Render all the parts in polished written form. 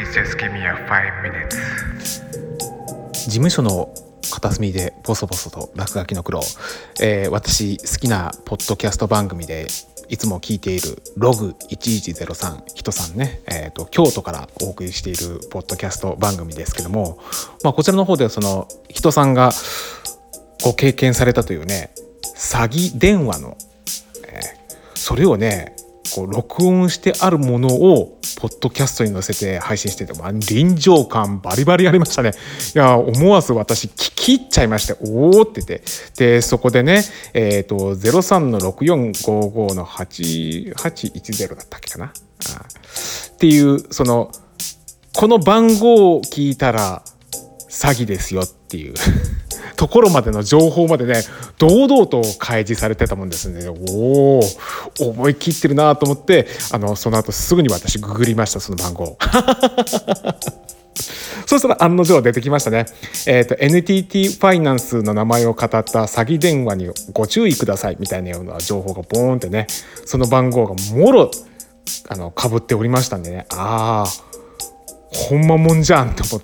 Please just give me a 5 minutes. 事務所の片隅でボソボソと落書きの苦労、私好きなポッドキャスト番組でいつも聞いているログ1103人さんね、京都からお送りしているポッドキャスト番組ですけども、こちらの方ではその人さんがご経験されたというね詐欺電話の、それをねこう録音してあるものをポッドキャストに載せて配信してて、臨場感バリバリありましたね。いや思わず私聞き入っちゃいまして、おーって言って、でそこでね03-6455-8810だったっけかなっていうそのこの番号を聞いたら詐欺ですよっていうところまでの情報までね堂々と開示されてたもんですね。おお思い切ってるなと思ってその後すぐに私ググりました、その番号そしたら案の定出てきましたね。NTT ファイナンスの名前を語った詐欺電話にご注意くださいみたいなような情報がボーンってね、その番号がもろかぶっておりましたんでね、ほんまもんじゃんと思って、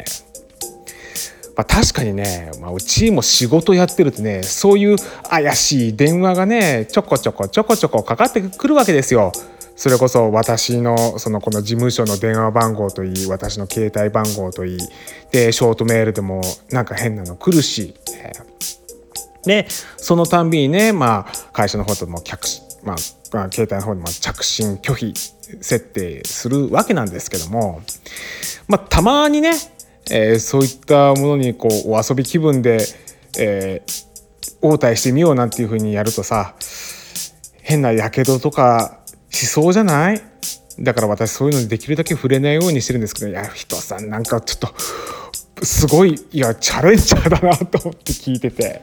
確かにね、うちも仕事やってるとね、そういう怪しい電話がねちょこちょこかかってくるわけですよ。それこそ私のこの事務所の電話番号といい、私の携帯番号といいで、ショートメールでもなんか変なの来るし、でそのたんびにね、会社の方とも携帯の方でも着信拒否設定するわけなんですけども、たまにねそういったものにこうお遊び気分で、応対してみようなんていう風にやるとさ、変なやけどとかしそうじゃない？だから私そういうのにできるだけ触れないようにしてるんですけど、いや人さんなんかちょっとすごいチャレンジャーだなと思って聞いてて、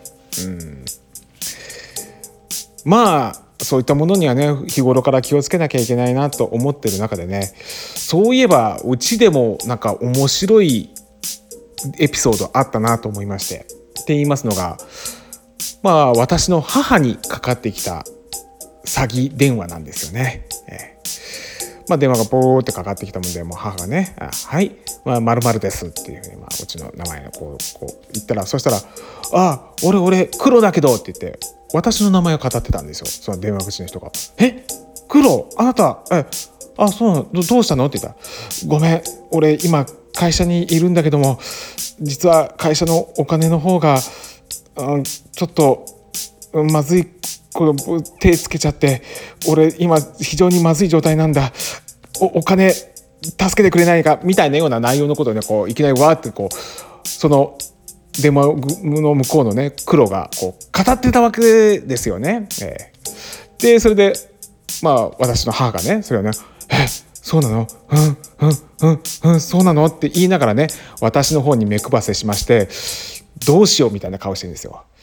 そういったものにはね日頃から気をつけなきゃいけないなと思ってる中でね、そういえばうちでもなんか面白いエピソードあったなと思いまして、って言いますのが私の母にかかってきた詐欺電話なんですよね。電話がボーってかかってきたもんで、もう母がねはい〇〇ですっていうふうにうちの名前をこう言ったら、そしたら俺黒だけどって言って私の名前を語ってたんですよ、その電話口の人が。黒あなたそうなの、どうしたのって言ったら、ごめん俺今会社にいるんだけども、実は会社のお金の方が、ちょっとまずい手つけちゃって、俺今非常にまずい状態なんだ、お金助けてくれないかみたいなような内容のことをねいきなりわーってその電話の向こうのね黒が語ってたわけですよね。でそれで私の母がねそれをねそうなのそうなのって言いながらね私の方に目配せしまして、どうしようみたいな顔してるんですよ。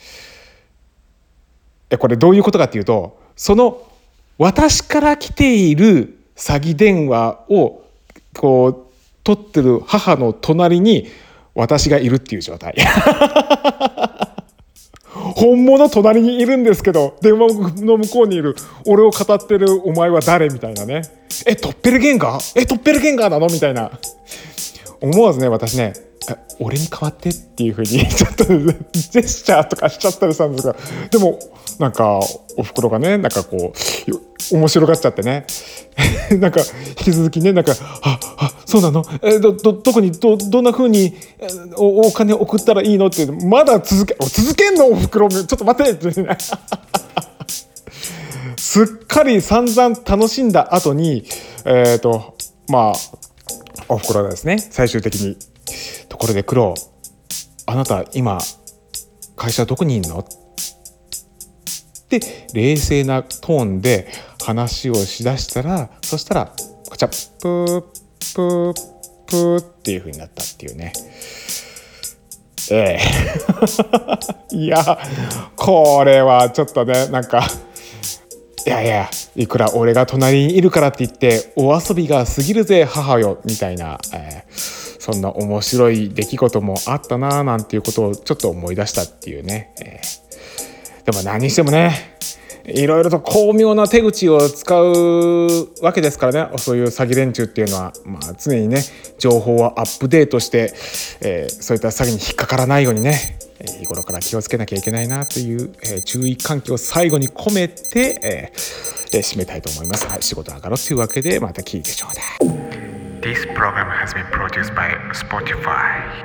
これどういうことかっていうと、その私から来ている詐欺電話を取ってる母の隣に私がいるっていう状態本物隣にいるんですけど、電話の向こうにいる俺を語ってるお前は誰みたいなね、トッペルゲンガーなのみたいな、思わずね私ね俺に代わってっていう風にちょっとジェスチャーとかしちゃったりしたんですが、でもなんかおふくろがね面白がっちゃってねなんか引き続きねそうなの、どこにどんな風にお金送ったらいいのってまだ続けんのおふくろちょっと待ってってすっかり散々楽しんだ後におふくろがですね最終的に、ところで黒あなた今会社どこにいんのって冷静なトーンで話をしだしたら、そしたらこちらプープープーっていう風になったっていうね。いやこれはちょっとねいくら俺が隣にいるからって言ってお遊びが過ぎるぜ母よみたいな、そんな面白い出来事もあったななんていうことをちょっと思い出したっていうね。でも何してもねいろいろと巧妙な手口を使うわけですからね。そういう詐欺連中っていうのは、常にね情報をアップデートして、そういった詐欺に引っかからないようにね日頃から気をつけなきゃいけないなという、注意喚起を最後に込めて、締めたいと思います。はい、仕事上がろうというわけでまた聞いてちょうだい。 This program has been produced by Spotify.